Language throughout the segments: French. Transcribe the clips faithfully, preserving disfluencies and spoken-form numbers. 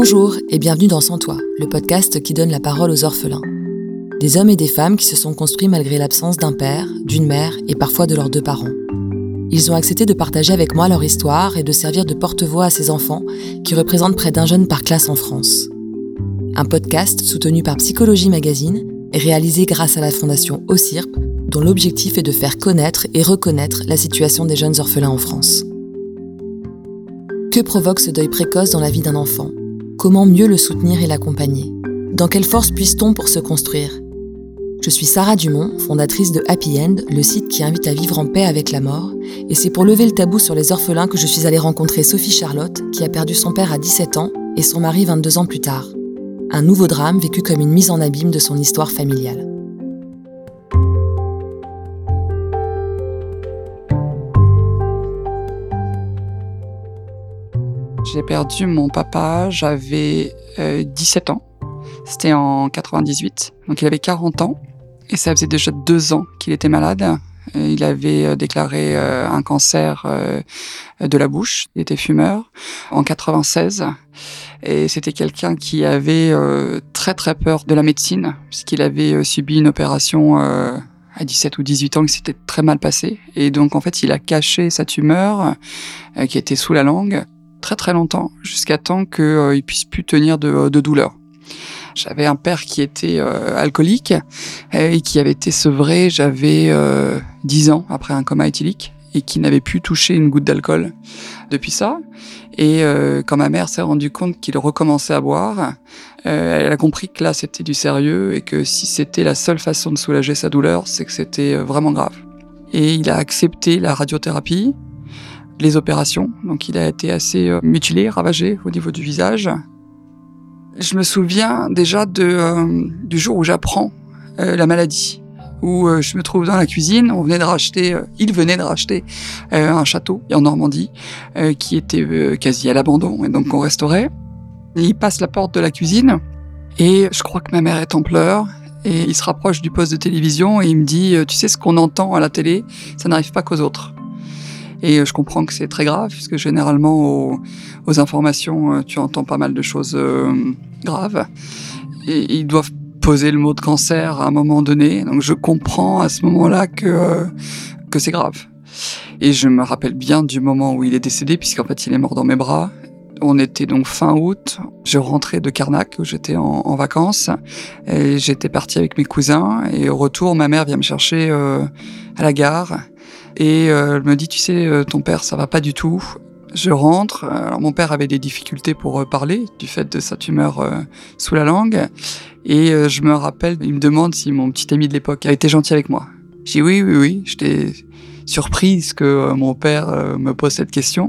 Bonjour et bienvenue dans Sans Toi, le podcast qui donne la parole aux orphelins. Des hommes et des femmes qui se sont construits malgré l'absence d'un père, d'une mère et parfois de leurs deux parents. Ils ont accepté de partager avec moi leur histoire et de servir de porte-voix à ces enfants qui représentent près d'un jeune par classe en France. Un podcast soutenu par Psychologie Magazine et réalisé grâce à la fondation OSIRP, dont l'objectif est de faire connaître et reconnaître la situation des jeunes orphelins en France. Que provoque ce deuil précoce dans la vie d'un enfant ? Comment mieux le soutenir et l'accompagner ? Dans quelle force puise-t-on pour se construire ? Je suis Sarah Dumont, fondatrice de Happy End, le site qui invite à vivre en paix avec la mort, et c'est pour lever le tabou sur les orphelins que je suis allée rencontrer Sophie Charlotte, qui a perdu son père à dix-sept ans et son mari vingt-deux ans plus tard. Un nouveau drame vécu comme une mise en abîme de son histoire familiale. J'ai perdu mon papa, j'avais euh, dix-sept ans. C'était en quatre-vingt-dix-huit, donc il avait quarante ans. Et ça faisait déjà deux ans qu'il était malade. Il avait déclaré euh, un cancer euh, de la bouche. Il était fumeur en quatre-vingt-seize. Et c'était quelqu'un qui avait euh, très très peur de la médecine, puisqu'il avait euh, subi une opération euh, à dix-sept ou dix-huit ans qui s'était très mal passée. Et donc en fait, il a caché sa tumeur euh, qui était sous la langue très très longtemps, jusqu'à temps qu'il euh, puisse plus tenir de, de douleur. J'avais un père qui était euh, alcoolique euh, et qui avait été sevré, j'avais euh, dix ans après un coma éthylique et qui n'avait plus touché une goutte d'alcool depuis ça. Et euh, quand ma mère s'est rendue compte qu'il recommençait à boire, euh, elle a compris que là c'était du sérieux et que si c'était la seule façon de soulager sa douleur, c'est que c'était vraiment grave. Et il a accepté la radiothérapie, les opérations, donc il a été assez euh, mutilé, ravagé au niveau du visage. Je me souviens déjà de, euh, du jour où j'apprends euh, la maladie, où euh, je me trouve dans la cuisine, on venait de racheter, euh, il venait de racheter euh, un château en Normandie euh, qui était euh, quasi à l'abandon et donc on restaurait. Et il passe la porte de la cuisine et je crois que ma mère est en pleurs et il se rapproche du poste de télévision et il me dit « Tu sais ce qu'on entend à la télé, ça n'arrive pas qu'aux autres ». Et je comprends que c'est très grave, puisque généralement, aux, aux informations, tu entends pas mal de choses euh, graves. Et ils doivent poser le mot de cancer à un moment donné. Donc je comprends à ce moment-là que, euh, que c'est grave. Et je me rappelle bien du moment où il est décédé, puisqu'en fait, il est mort dans mes bras. On était donc fin août. Je rentrais de Carnac, où j'étais en, en vacances. Et j'étais parti avec mes cousins. Et au retour, ma mère vient me chercher euh, à la gare. Et euh, elle me dit, tu sais, euh, ton père, ça va pas du tout. Je rentre. Alors, mon père avait des difficultés pour euh, parler, du fait de sa tumeur euh, sous la langue. Et euh, je me rappelle, il me demande si mon petit ami de l'époque a été gentil avec moi. Je dis oui, oui, oui. J'étais surprise que euh, mon père euh, me pose cette question.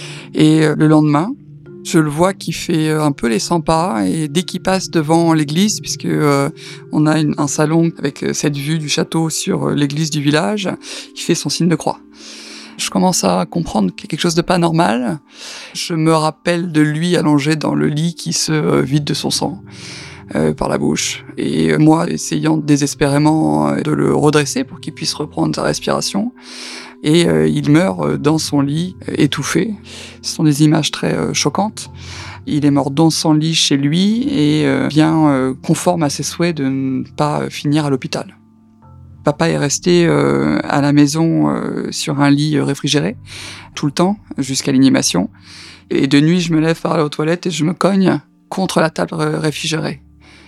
Et euh, le lendemain, je le vois qui fait un peu les cent pas et dès qu'il passe devant l'église, puisque euh, on a une, un salon avec cette vue du château sur l'église du village, il fait son signe de croix. Je commence à comprendre qu'il y a quelque chose de pas normal. Je me rappelle de lui allongé dans le lit qui se vide de son sang euh, par la bouche. Et moi, essayant désespérément de le redresser pour qu'il puisse reprendre sa respiration. Et euh, il meurt dans son lit, euh, étouffé. Ce sont des images très euh, choquantes. Il est mort dans son lit chez lui et euh, bien euh, conforme à ses souhaits de ne pas finir à l'hôpital. Papa est resté euh, à la maison euh, sur un lit réfrigéré tout le temps, jusqu'à l'inhumation. Et de nuit, je me lève pour aller aux toilettes et je me cogne contre la table réfrigérée.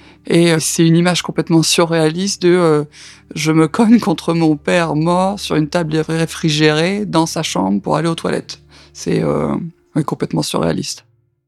Et c'est une image complètement surréaliste de euh, je me cogne contre mon père mort sur une table réfrigérée dans sa chambre pour aller aux toilettes. C'est euh, oui, complètement surréaliste.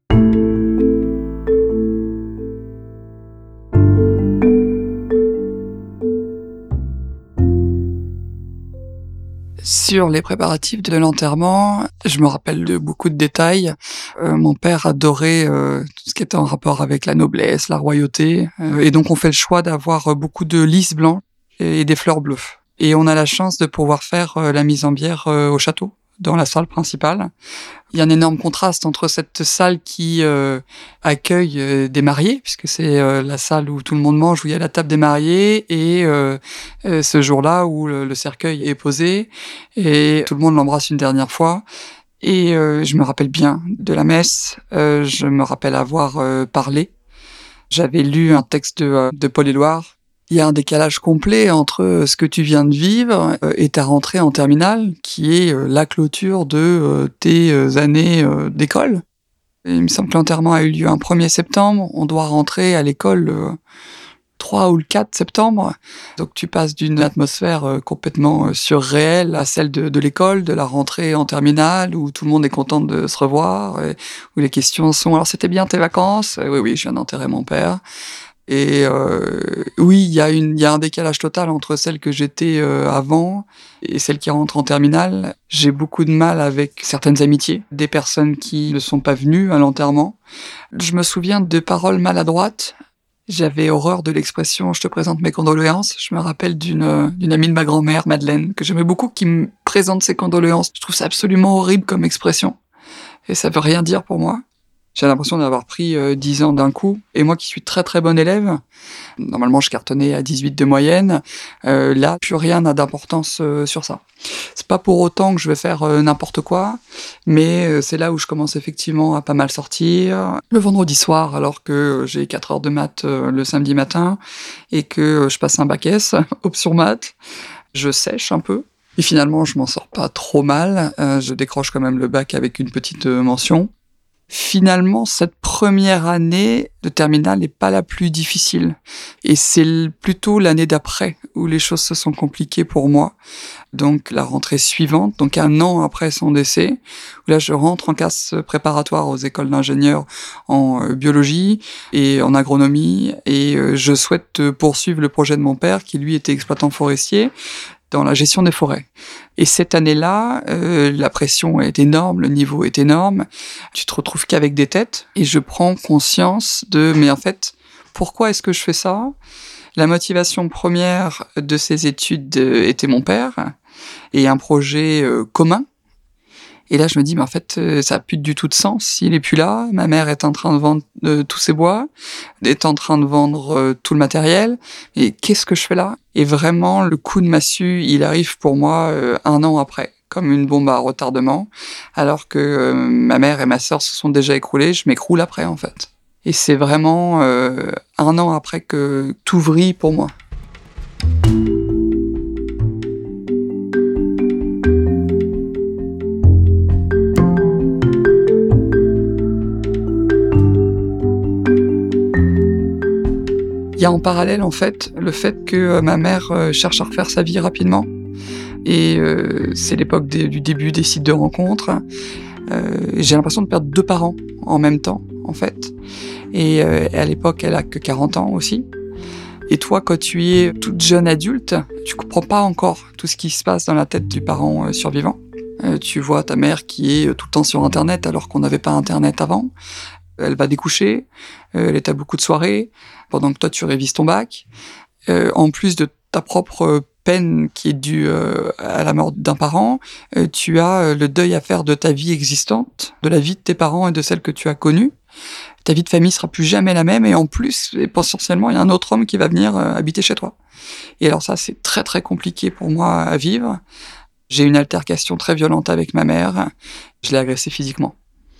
Sur les préparatifs de l'enterrement, je me rappelle de beaucoup de détails. Euh, mon père adorait euh, tout ce qui était en rapport avec la noblesse, la royauté. Euh, et donc on fait le choix d'avoir beaucoup de lys blancs et des fleurs bleues. Et on a la chance de pouvoir faire euh, la mise en bière euh, au château, dans la salle principale. Il y a un énorme contraste entre cette salle qui euh, accueille euh, des mariés, puisque c'est euh, la salle où tout le monde mange, où il y a la table des mariés, et euh, euh, ce jour-là où le, le cercueil est posé, et tout le monde l'embrasse une dernière fois. Et euh, je me rappelle bien de la messe, euh, je me rappelle avoir euh, parlé. J'avais lu un texte de, euh, de Paul Éluard. Il y a un décalage complet entre ce que tu viens de vivre euh, et ta rentrée en terminale, qui est euh, la clôture de euh, tes euh, années euh, d'école. Et il me semble que l'enterrement a eu lieu un premier septembre, on doit rentrer à l'école le trois ou le quatre septembre. Donc tu passes d'une atmosphère euh, complètement euh, surréelle à celle de, de l'école, de la rentrée en terminale, où tout le monde est content de se revoir, et où les questions sont « alors c'était bien tes vacances ?» Oui, oui, je viens d'enterrer mon père. Et euh, oui, il y a une, il y a un décalage total entre celle que j'étais euh, avant et celle qui rentre en terminale. J'ai beaucoup de mal avec certaines amitiés, des personnes qui ne sont pas venues à l'enterrement. Je me souviens de paroles maladroites. J'avais horreur de l'expression « je te présente mes condoléances ». Je me rappelle d'une, d'une amie de ma grand-mère, Madeleine, que j'aimais beaucoup, qui me présente ses condoléances. Je trouve ça absolument horrible comme expression. Et ça veut rien dire pour moi. J'ai l'impression d'avoir pris euh, dix ans d'un coup. Et moi qui suis très très bon élève, normalement je cartonnais à dix-huit de moyenne, euh, là, plus rien n'a d'importance euh, sur ça. C'est pas pour autant que je vais faire euh, n'importe quoi, mais euh, c'est là où je commence effectivement à pas mal sortir. Le vendredi soir, alors que j'ai quatre heures de maths euh, le samedi matin, et que euh, je passe un bac S, option maths, je sèche un peu. Et finalement, je m'en sors pas trop mal. Euh, je décroche quand même le bac avec une petite euh, mention. Finalement, cette première année de terminale n'est pas la plus difficile. Et c'est plutôt l'année d'après où les choses se sont compliquées pour moi. Donc la rentrée suivante, donc un an après son décès, où là je rentre en classe préparatoire aux écoles d'ingénieurs en euh, biologie et en agronomie. Et euh, je souhaite euh, poursuivre le projet de mon père, qui lui était exploitant forestier, dans la gestion des forêts. Et cette année-là, euh, la pression est énorme, le niveau est énorme, tu te retrouves qu'avec des têtes, et je prends conscience de, mais en fait, pourquoi est-ce que je fais ça ? La motivation première de ces études euh, était mon père, et un projet euh, commun. Et là, je me dis, mais en fait, ça n'a plus du tout de sens. Il est plus là. Ma mère est en train de vendre euh, tous ses bois, est en train de vendre euh, tout le matériel. Et qu'est-ce que je fais là ? Et vraiment, le coup de massue, il arrive pour moi euh, un an après, comme une bombe à retardement. Alors que euh, ma mère et ma sœur se sont déjà écroulées, je m'écroule après, en fait. Et c'est vraiment euh, un an après que tout vrille pour moi. Il y a en parallèle, en fait, le fait que ma mère euh, cherche à refaire sa vie rapidement. Et euh, c'est l'époque des, du début des sites de rencontres. Euh, j'ai l'impression de perdre deux parents en même temps, en fait. Et euh, à l'époque, elle a que quarante ans aussi. Et toi, quand tu es toute jeune adulte, tu comprends pas encore tout ce qui se passe dans la tête du parent euh, survivant. Euh, tu vois ta mère qui est tout le temps sur Internet alors qu'on n'avait pas Internet avant. Elle va découcher, euh, elle est à beaucoup de soirées, pendant que toi tu révises ton bac. Euh, en plus de ta propre peine qui est due euh, à la mort d'un parent, euh, tu as euh, le deuil à faire de ta vie existante, de la vie de tes parents et de celle que tu as connue. Ta vie de famille sera plus jamais la même, et en plus, et potentiellement, il y a un autre homme qui va venir euh, habiter chez toi. Et alors ça, c'est très très compliqué pour moi à vivre. J'ai eu une altercation très violente avec ma mère, je l'ai agressée physiquement.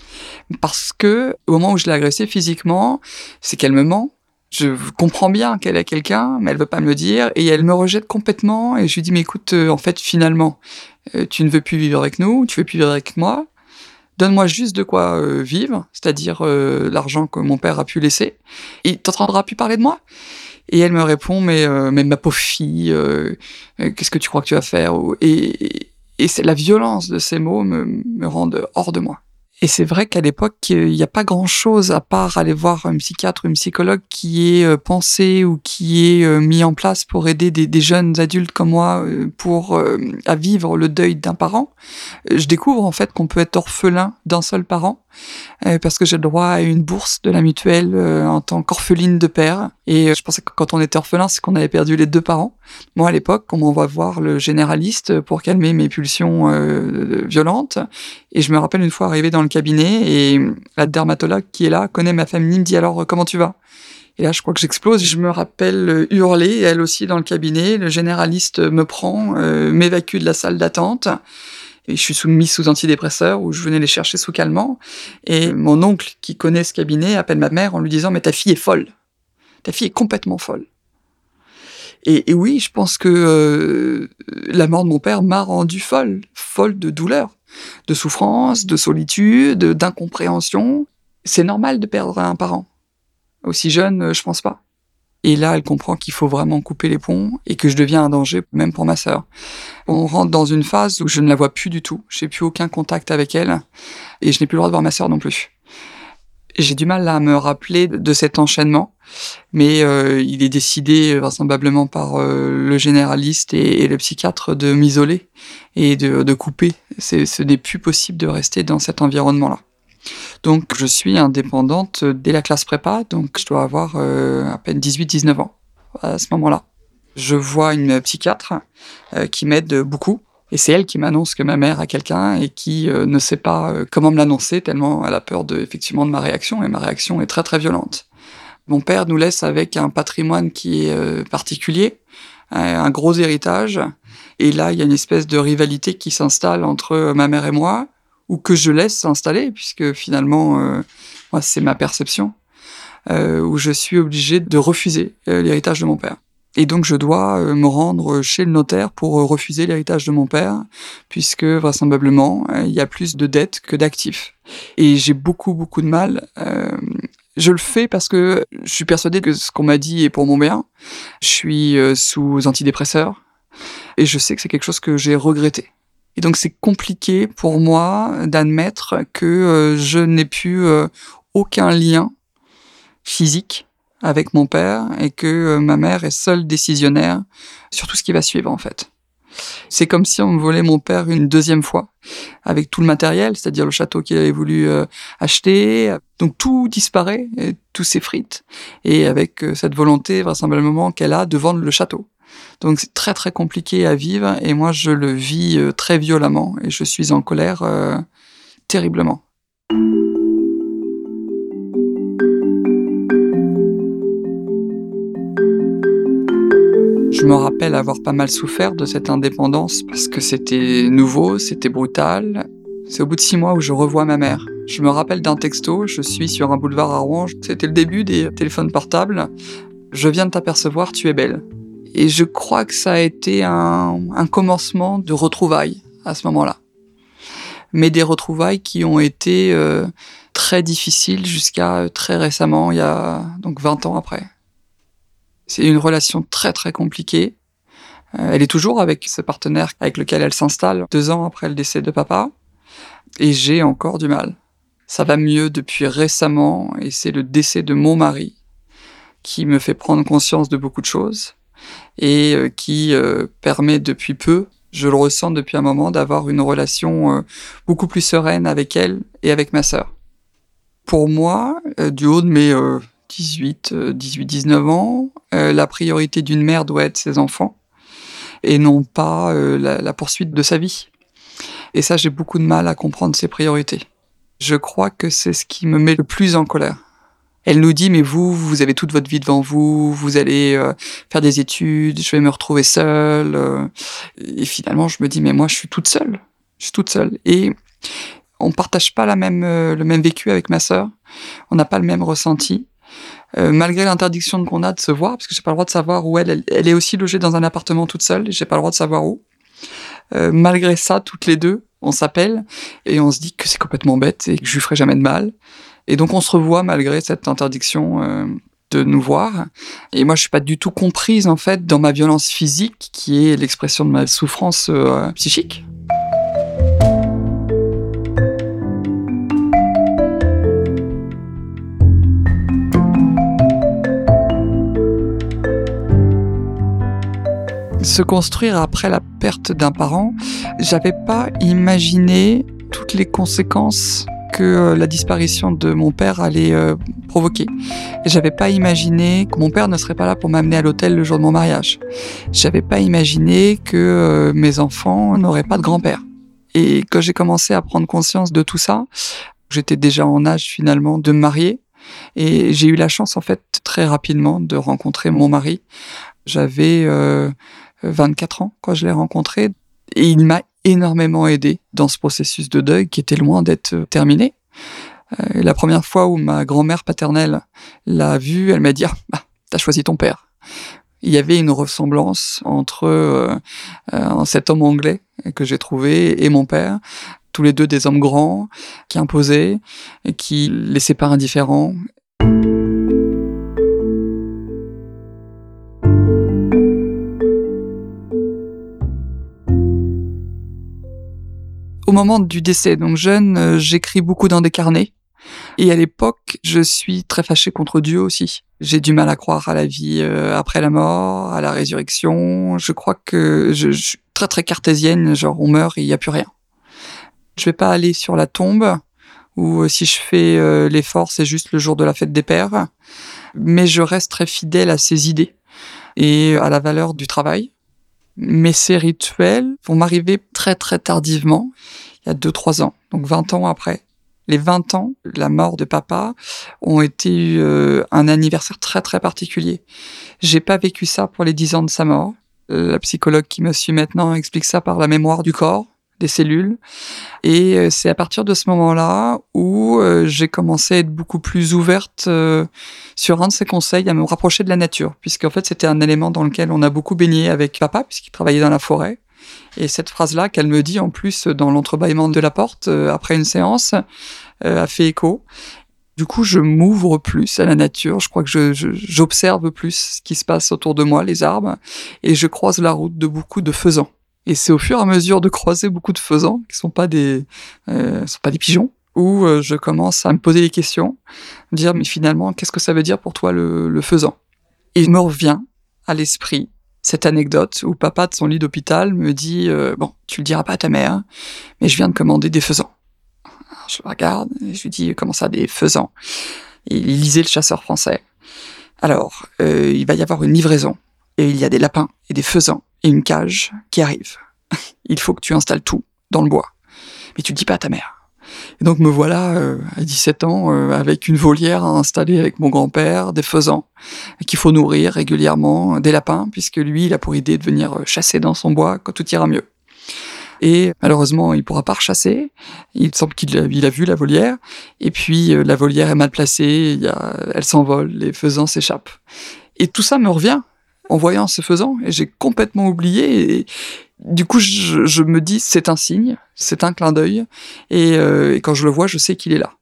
Parce que, au moment où je l'ai agressée physiquement, c'est qu'elle me ment. Je comprends bien qu'elle est quelqu'un, mais elle veut pas me le dire, et elle me rejette complètement, et je lui dis, mais écoute, euh, en fait, finalement, euh, tu ne veux plus vivre avec nous, tu veux plus vivre avec moi, donne-moi juste de quoi euh, vivre, c'est-à-dire euh, l'argent que mon père a pu laisser, et t'entendras plus parler de moi. Et elle me répond, mais, euh, mais ma pauvre fille, euh, euh, qu'est-ce que tu crois que tu vas faire ? Et, et, et c'est la violence de ces mots me, me rendent hors de moi. Et c'est vrai qu'à l'époque, il n'y a pas grand-chose à part aller voir un psychiatre ou une psychologue qui est euh, pensé ou qui est euh, mis en place pour aider des, des jeunes adultes comme moi euh, pour euh, à vivre le deuil d'un parent. Je découvre en fait qu'on peut être orphelin d'un seul parent euh, parce que j'ai le droit à une bourse de la mutuelle euh, en tant qu'orpheline de père. Et euh, je pensais que quand on était orphelin, c'est qu'on avait perdu les deux parents. Moi, à l'époque, on m'envoie voir le généraliste pour calmer mes pulsions euh, violentes. Et je me rappelle une fois arrivé dans le cabinet et la dermatologue qui est là connaît ma famille, me dit alors comment tu vas ? Et là je crois que j'explose, je me rappelle hurler, elle aussi dans le cabinet, le généraliste me prend, euh, m'évacue de la salle d'attente Et je suis soumise sous antidépresseurs ou je venais les chercher sous calmants. Et mon oncle, qui connaît ce cabinet, appelle ma mère en lui disant « Mais ta fille est folle. Ta fille est complètement folle. » Et, et oui, je pense que euh, la mort de mon père m'a rendue folle. Folle de douleur, de souffrance, de solitude, d'incompréhension. C'est normal de perdre un parent. Aussi jeune, je pense pas. Et là, elle comprend qu'il faut vraiment couper les ponts et que je deviens un danger, même pour ma sœur. On rentre dans une phase où je ne la vois plus du tout. J'ai plus aucun contact avec elle et je n'ai plus le droit de voir ma sœur non plus. J'ai du mal à me rappeler de cet enchaînement, mais euh, il est décidé vraisemblablement par euh, le généraliste et, et le psychiatre de m'isoler et de, de couper. C'est, ce n'est plus possible de rester dans cet environnement-là. Donc je suis indépendante dès la classe prépa, donc je dois avoir euh, à peine dix-huit dix-neuf ans à ce moment-là. Je vois une psychiatre euh, qui m'aide beaucoup, et c'est elle qui m'annonce que ma mère a quelqu'un et qui euh, ne sait pas euh, comment me l'annoncer tellement elle a peur de, effectivement de ma réaction, et ma réaction est très très violente. Mon père nous laisse avec un patrimoine qui est euh, particulier, un, un gros héritage, et là il y a une espèce de rivalité qui s'installe entre ma mère et moi, ou que je laisse s'installer, puisque finalement, euh, moi, c'est ma perception, euh, où je suis obligé de refuser euh, l'héritage de mon père. Et donc, je dois euh, me rendre chez le notaire pour euh, refuser l'héritage de mon père, puisque, vraisemblablement, il euh, y a plus de dettes que d'actifs. Et j'ai beaucoup, beaucoup de mal. Euh, je le fais parce que je suis persuadé que ce qu'on m'a dit est pour mon bien. Je suis euh, sous antidépresseurs, et je sais que c'est quelque chose que j'ai regretté. Et donc c'est compliqué pour moi d'admettre que euh, je n'ai plus euh, aucun lien physique avec mon père et que euh, ma mère est seule décisionnaire sur tout ce qui va suivre en fait. C'est comme si on me volait mon père une deuxième fois, avec tout le matériel, c'est-à-dire le château qu'il avait voulu euh, acheter. Donc tout disparaît, et tout s'effrite, et avec euh, cette volonté vraisemblablement qu'elle a de vendre le château. Donc c'est très très compliqué à vivre et moi je le vis euh, très violemment et je suis en colère euh, terriblement. Je me rappelle avoir pas mal souffert de cette indépendance parce que c'était nouveau, c'était brutal. C'est au bout de six mois où je revois ma mère. Je me rappelle d'un texto, je suis sur un boulevard à Rouen, c'était le début des téléphones portables. Je viens de t'apercevoir, tu es belle. Et je crois que ça a été un, un commencement de retrouvailles à ce moment-là. Mais des retrouvailles qui ont été euh, très difficiles jusqu'à très récemment, il y a donc vingt ans après. C'est une relation très très compliquée. Euh, elle est toujours avec ce partenaire avec lequel elle s'installe deux ans après le décès de papa. Et j'ai encore du mal. Ça va mieux depuis récemment et c'est le décès de mon mari qui me fait prendre conscience de beaucoup de choses. Et euh, qui euh, permet depuis peu, je le ressens depuis un moment, d'avoir une relation euh, beaucoup plus sereine avec elle et avec ma sœur. Pour moi, euh, du haut de mes euh, dix-huit, dix-neuf ans, euh, la priorité d'une mère doit être ses enfants et non pas euh, la, la poursuite de sa vie. Et ça, j'ai beaucoup de mal à comprendre ces priorités. Je crois que c'est ce qui me met le plus en colère. Elle nous dit, mais vous, vous avez toute votre vie devant vous, vous allez euh, faire des études, je vais me retrouver seule. Euh, et finalement, je me dis, mais moi, je suis toute seule. Je suis toute seule. Et on partage pas la même, euh, le même vécu avec ma sœur. On n'a pas le même ressenti. Euh, malgré l'interdiction qu'on a de se voir, parce que j'ai pas le droit de savoir où elle, elle, elle est aussi logée dans un appartement toute seule, et j'ai pas le droit de savoir où. Euh, malgré ça, toutes les deux, on s'appelle, et on se dit que c'est complètement bête, et que je lui ferai jamais de mal. Et donc on se revoit malgré cette interdiction euh, de nous voir. Et moi je suis pas du tout comprise en fait dans ma violence physique qui est l'expression de ma souffrance euh, psychique. Se construire après la perte d'un parent, j'avais pas imaginé toutes les conséquences que la disparition de mon père allait euh, provoquer. Et j'avais pas imaginé que mon père ne serait pas là pour m'amener à l'hôtel le jour de mon mariage. J'avais pas imaginé que euh, mes enfants n'auraient pas de grand-père. Et quand j'ai commencé à prendre conscience de tout ça, j'étais déjà en âge finalement de me marier. Et j'ai eu la chance en fait très rapidement de rencontrer mon mari. J'avais euh, vingt-quatre ans quand je l'ai rencontré. Et il m'a énormément aidé dans ce processus de deuil qui était loin d'être terminé. Euh, la première fois où ma grand-mère paternelle l'a vu, elle m'a dit « Ah, t'as choisi ton père ». Il y avait une ressemblance entre euh, euh, cet homme anglais que j'ai trouvé et mon père, tous les deux des hommes grands, qui imposaient, et qui laissaient pas indifférents. Au moment du décès, donc jeune, euh, j'écris beaucoup dans des carnets. Et à l'époque, je suis très fâchée contre Dieu aussi. J'ai du mal à croire à la vie euh, après la mort, à la résurrection. Je crois que je, je suis très très cartésienne, genre on meurt et il n'y a plus rien. Je vais pas aller sur la tombe, ou euh, si je fais euh, l'effort, c'est juste le jour de la fête des pères. Mais je reste très fidèle à ces idées et à la valeur du travail. Mais ces rituels vont m'arriver très très tardivement, il y a deux trois ans, donc vingt ans après. Les vingt ans, la mort de papa, ont été euh, un anniversaire très très particulier. J'ai pas vécu ça pour les dix ans de sa mort. La psychologue qui me suit maintenant explique ça par la mémoire du corps, des cellules. Et euh, c'est à partir de ce moment-là où euh, j'ai commencé à être beaucoup plus ouverte euh, sur un de ses conseils, à me rapprocher de la nature, puisqu'en fait c'était un élément dans lequel on a beaucoup baigné avec papa, puisqu'il travaillait dans la forêt. Et cette phrase-là, qu'elle me dit en plus dans l'entrebâillement de la porte, euh, après une séance, euh, a fait écho. Du coup, je m'ouvre plus à la nature. Je crois que je, je, j'observe plus ce qui se passe autour de moi, les arbres, et je croise la route de beaucoup de faisans. Et c'est au fur et à mesure de croiser beaucoup de faisans, qui sont pas des, euh, sont pas des pigeons, où euh, je commence à me poser des questions, me dire mais finalement, qu'est-ce que ça veut dire pour toi le, le faisan ? Et il me revient à l'esprit cette anecdote où papa de son lit d'hôpital me dit euh, bon, tu le diras pas à ta mère, mais je viens de commander des faisans. Alors, je le regarde et je lui dis comment ça des faisans ? Et il lisait Le Chasseur français. Alors, euh, il va y avoir une livraison et il y a des lapins et des faisans et une cage qui arrive. Il faut que tu installes tout dans le bois, mais tu le dis pas à ta mère. Et donc me voilà euh, à dix-sept ans euh, avec une volière à installer avec mon grand-père, des faisans qu'il faut nourrir régulièrement, des lapins, puisque lui il a pour idée de venir chasser dans son bois quand tout ira mieux. Et malheureusement il pourra pas rechasser, il semble qu'il a, il a vu la volière, et puis euh, la volière est mal placée, il y a, elle s'envole, les faisans s'échappent. Et tout ça me revient en voyant ce faisan, et j'ai complètement oublié, et du coup, je, je me dis, c'est un signe, c'est un clin d'œil, et, euh, et quand je le vois, je sais qu'il est là.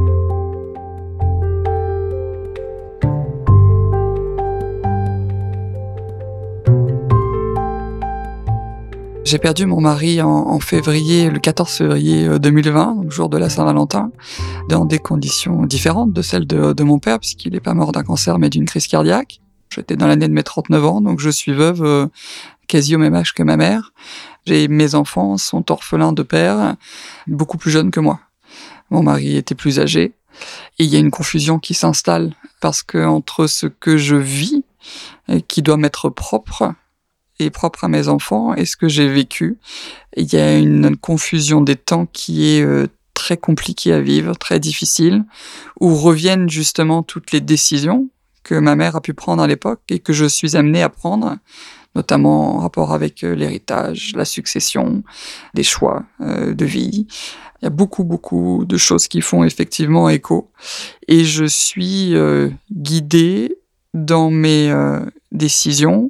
J'ai perdu mon mari en, en février, le quatorze février deux mille vingt, donc jour de la Saint-Valentin, dans des conditions différentes de celles de, de mon père, puisqu'il n'est pas mort d'un cancer, mais d'une crise cardiaque. J'étais dans l'année de mes trente-neuf ans, donc je suis veuve euh, quasi au même âge que ma mère. J'ai, mes enfants sont orphelins de père, beaucoup plus jeunes que moi. Mon mari était plus âgé. Et il y a une confusion qui s'installe, parce que entre ce que je vis, et qui doit m'être propre, et propre à mes enfants, et ce que j'ai vécu, il y a une confusion des temps qui est euh, très compliquée à vivre, très difficile, où reviennent justement toutes les décisions que ma mère a pu prendre à l'époque et que je suis amené à prendre, notamment en rapport avec l'héritage, la succession, des choix euh, de vie. Il y a beaucoup, beaucoup de choses qui font effectivement écho. Et je suis euh, guidé dans mes euh, décisions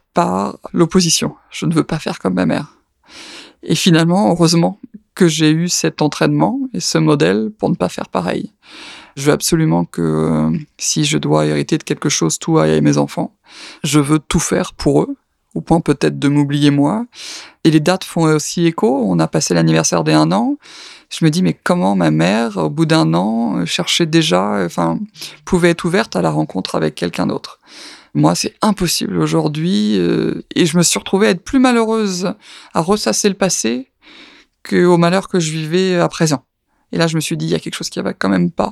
par l'opposition. Je ne veux pas faire comme ma mère. Et finalement, heureusement que j'ai eu cet entraînement et ce modèle pour ne pas faire pareil. Je veux absolument que euh, si je dois hériter de quelque chose, tout aille à mes enfants. Je veux tout faire pour eux, au point peut-être de m'oublier moi. Et les dates font aussi écho. On a passé l'anniversaire des un an. Je me dis, mais comment ma mère, au bout d'un an, cherchait déjà, enfin, pouvait être ouverte à la rencontre avec quelqu'un d'autre. Moi, c'est impossible aujourd'hui. Euh, et je me suis retrouvée à être plus malheureuse à ressasser le passé qu'au malheur que je vivais à présent. Et là, je me suis dit, il y a quelque chose qui va quand même pas.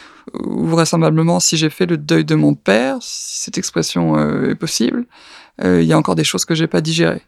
Ou vraisemblablement, si j'ai fait le deuil de mon père, si cette expression euh, est possible, euh, il y a encore des choses que j'ai pas digérées.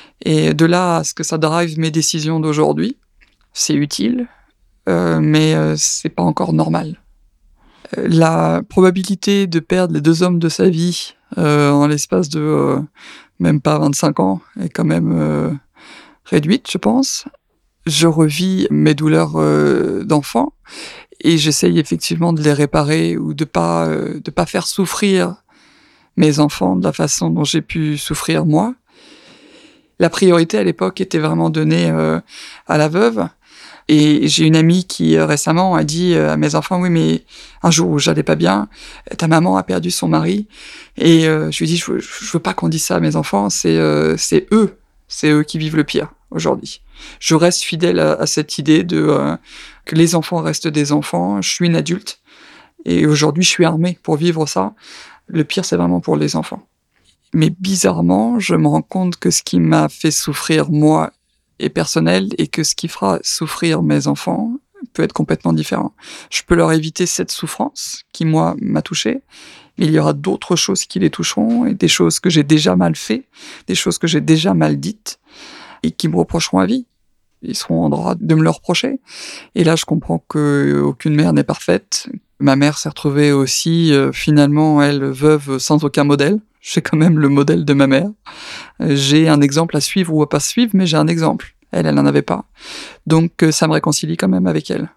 Et de là à ce que ça drive mes décisions d'aujourd'hui, c'est utile, euh, mais euh, c'est pas encore normal. Euh, la probabilité de perdre les deux hommes de sa vie euh, en l'espace de euh, même pas vingt-cinq ans est quand même euh, réduite, je pense. Je revis mes douleurs euh, d'enfant et j'essaye effectivement de les réparer ou de pas euh, de pas faire souffrir mes enfants de la façon dont j'ai pu souffrir moi. La priorité à l'époque était vraiment donnée euh, à la veuve. Et j'ai une amie qui euh, récemment a dit euh, à mes enfants, oui, mais un jour où j'allais pas bien, ta maman a perdu son mari. Et euh, je lui dis, je veux, je veux pas qu'on dise ça à mes enfants, c'est, euh, c'est eux, c'est eux qui vivent le pire aujourd'hui. Je reste fidèle à, à cette idée de euh, que les enfants restent des enfants. Je suis une adulte et aujourd'hui je suis armée pour vivre ça. Le pire, c'est vraiment pour les enfants. Mais bizarrement, je me rends compte que ce qui m'a fait souffrir, moi, est personnel et que ce qui fera souffrir mes enfants peut être complètement différent. Je peux leur éviter cette souffrance qui, moi, m'a touché, mais il y aura d'autres choses qui les toucheront et des choses que j'ai déjà mal fait, des choses que j'ai déjà mal dites et qui me reprocheront à vie. Ils seront en droit de me le reprocher. Et là, je comprends qu'aucune mère n'est parfaite. Ma mère s'est retrouvée aussi, euh, finalement, elle, veuve sans aucun modèle. J'ai quand même le modèle de ma mère. J'ai un exemple à suivre ou à pas suivre, mais j'ai un exemple. Elle, elle n'en avait pas. Donc, ça me réconcilie quand même avec elle.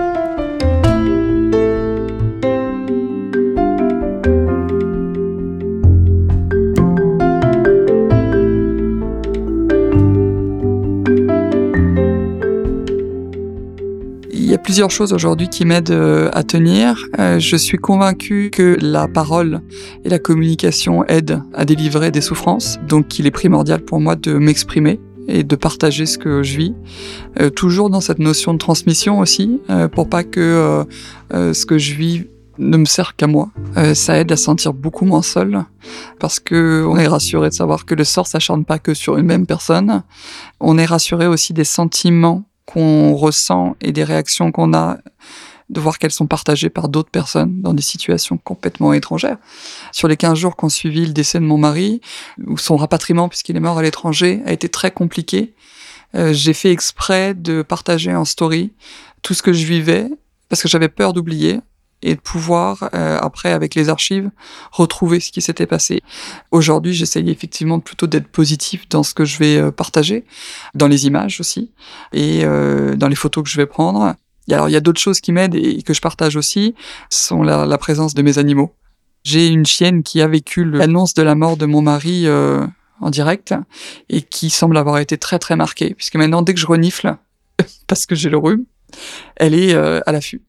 Il y a plusieurs choses aujourd'hui qui m'aident à tenir. Je suis convaincue que la parole et la communication aident à délivrer des souffrances. Donc il est primordial pour moi de m'exprimer et de partager ce que je vis. Euh, toujours dans cette notion de transmission aussi, euh, pour pas que euh, euh, ce que je vis ne me sert qu'à moi. Euh, ça aide à se sentir beaucoup moins seul, parce que on est rassuré de savoir que le sort s'acharne pas que sur une même personne. On est rassuré aussi des sentiments qu'on ressent et des réactions qu'on a, de voir qu'elles sont partagées par d'autres personnes dans des situations complètement étrangères. Sur les quinze jours qui ont suivi le décès de mon mari, ou son rapatriement puisqu'il est mort à l'étranger, a été très compliqué. Euh, j'ai fait exprès de partager en story tout ce que je vivais, parce que j'avais peur d'oublier, et de pouvoir, euh, après, avec les archives, retrouver ce qui s'était passé. Aujourd'hui, j'essaye effectivement plutôt d'être positif dans ce que je vais euh, partager, dans les images aussi, et euh, dans les photos que je vais prendre. Et alors, il y a d'autres choses qui m'aident et que je partage aussi, sont la, la présence de mes animaux. J'ai une chienne qui a vécu l'annonce de la mort de mon mari euh, en direct, et qui semble avoir été très très marquée, puisque maintenant, dès que je renifle, parce que j'ai le rhume, elle est euh, à l'affût.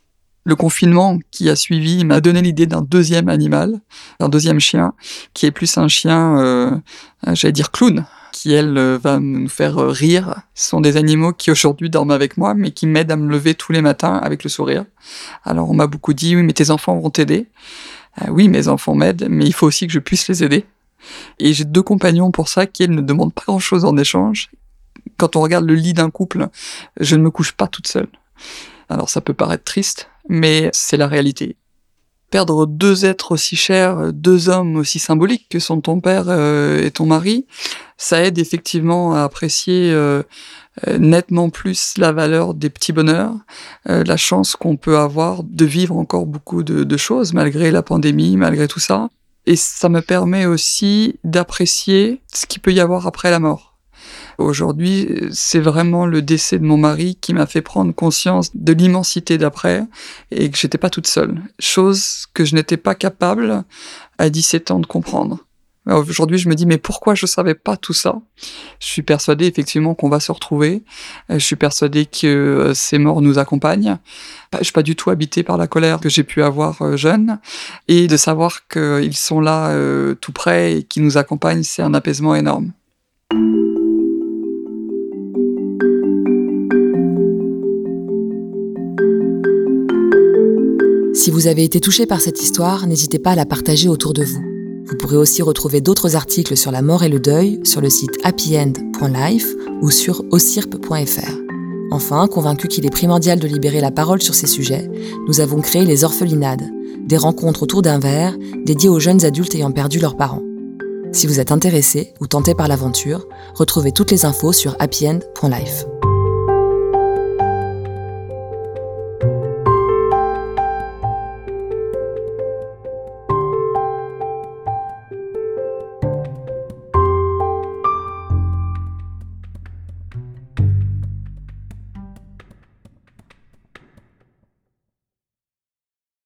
Le confinement qui a suivi m'a donné l'idée d'un deuxième animal, d'un deuxième chien, qui est plus un chien, euh, j'allais dire clown, qui, elle, euh, va nous faire euh, rire. Ce sont des animaux qui, aujourd'hui, dorment avec moi, mais qui m'aident à me lever tous les matins avec le sourire. Alors, on m'a beaucoup dit, oui, mais tes enfants vont t'aider. Euh, oui, mes enfants m'aident, mais il faut aussi que je puisse les aider. Et j'ai deux compagnons pour ça, qui, elles, ne demandent pas grand-chose en échange. Quand on regarde le lit d'un couple, je ne me couche pas toute seule. Alors, ça peut paraître triste, mais c'est la réalité. Perdre deux êtres aussi chers, deux hommes aussi symboliques que sont ton père euh, et ton mari, ça aide effectivement à apprécier euh, euh, nettement plus la valeur des petits bonheurs, euh, la chance qu'on peut avoir de vivre encore beaucoup de, de choses, malgré la pandémie, malgré tout ça. Et ça me permet aussi d'apprécier ce qu'il peut y avoir après la mort. Aujourd'hui, c'est vraiment le décès de mon mari qui m'a fait prendre conscience de l'immensité d'après et que j'étais pas toute seule. Chose que je n'étais pas capable à dix-sept ans de comprendre. Alors aujourd'hui, je me dis, mais pourquoi je savais pas tout ça? Je suis persuadée effectivement qu'on va se retrouver. Je suis persuadée que ces morts nous accompagnent. Je suis pas du tout habitée par la colère que j'ai pu avoir jeune. Et de savoir qu'ils sont là euh, tout près et qu'ils nous accompagnent, c'est un apaisement énorme. Si vous avez été touché par cette histoire, n'hésitez pas à la partager autour de vous. Vous pourrez aussi retrouver d'autres articles sur la mort et le deuil sur le site happy end point life ou sur ocirp point f r. Enfin, convaincus qu'il est primordial de libérer la parole sur ces sujets, nous avons créé les orphelinades, des rencontres autour d'un verre dédiées aux jeunes adultes ayant perdu leurs parents. Si vous êtes intéressé ou tenté par l'aventure, retrouvez toutes les infos sur happy end point life.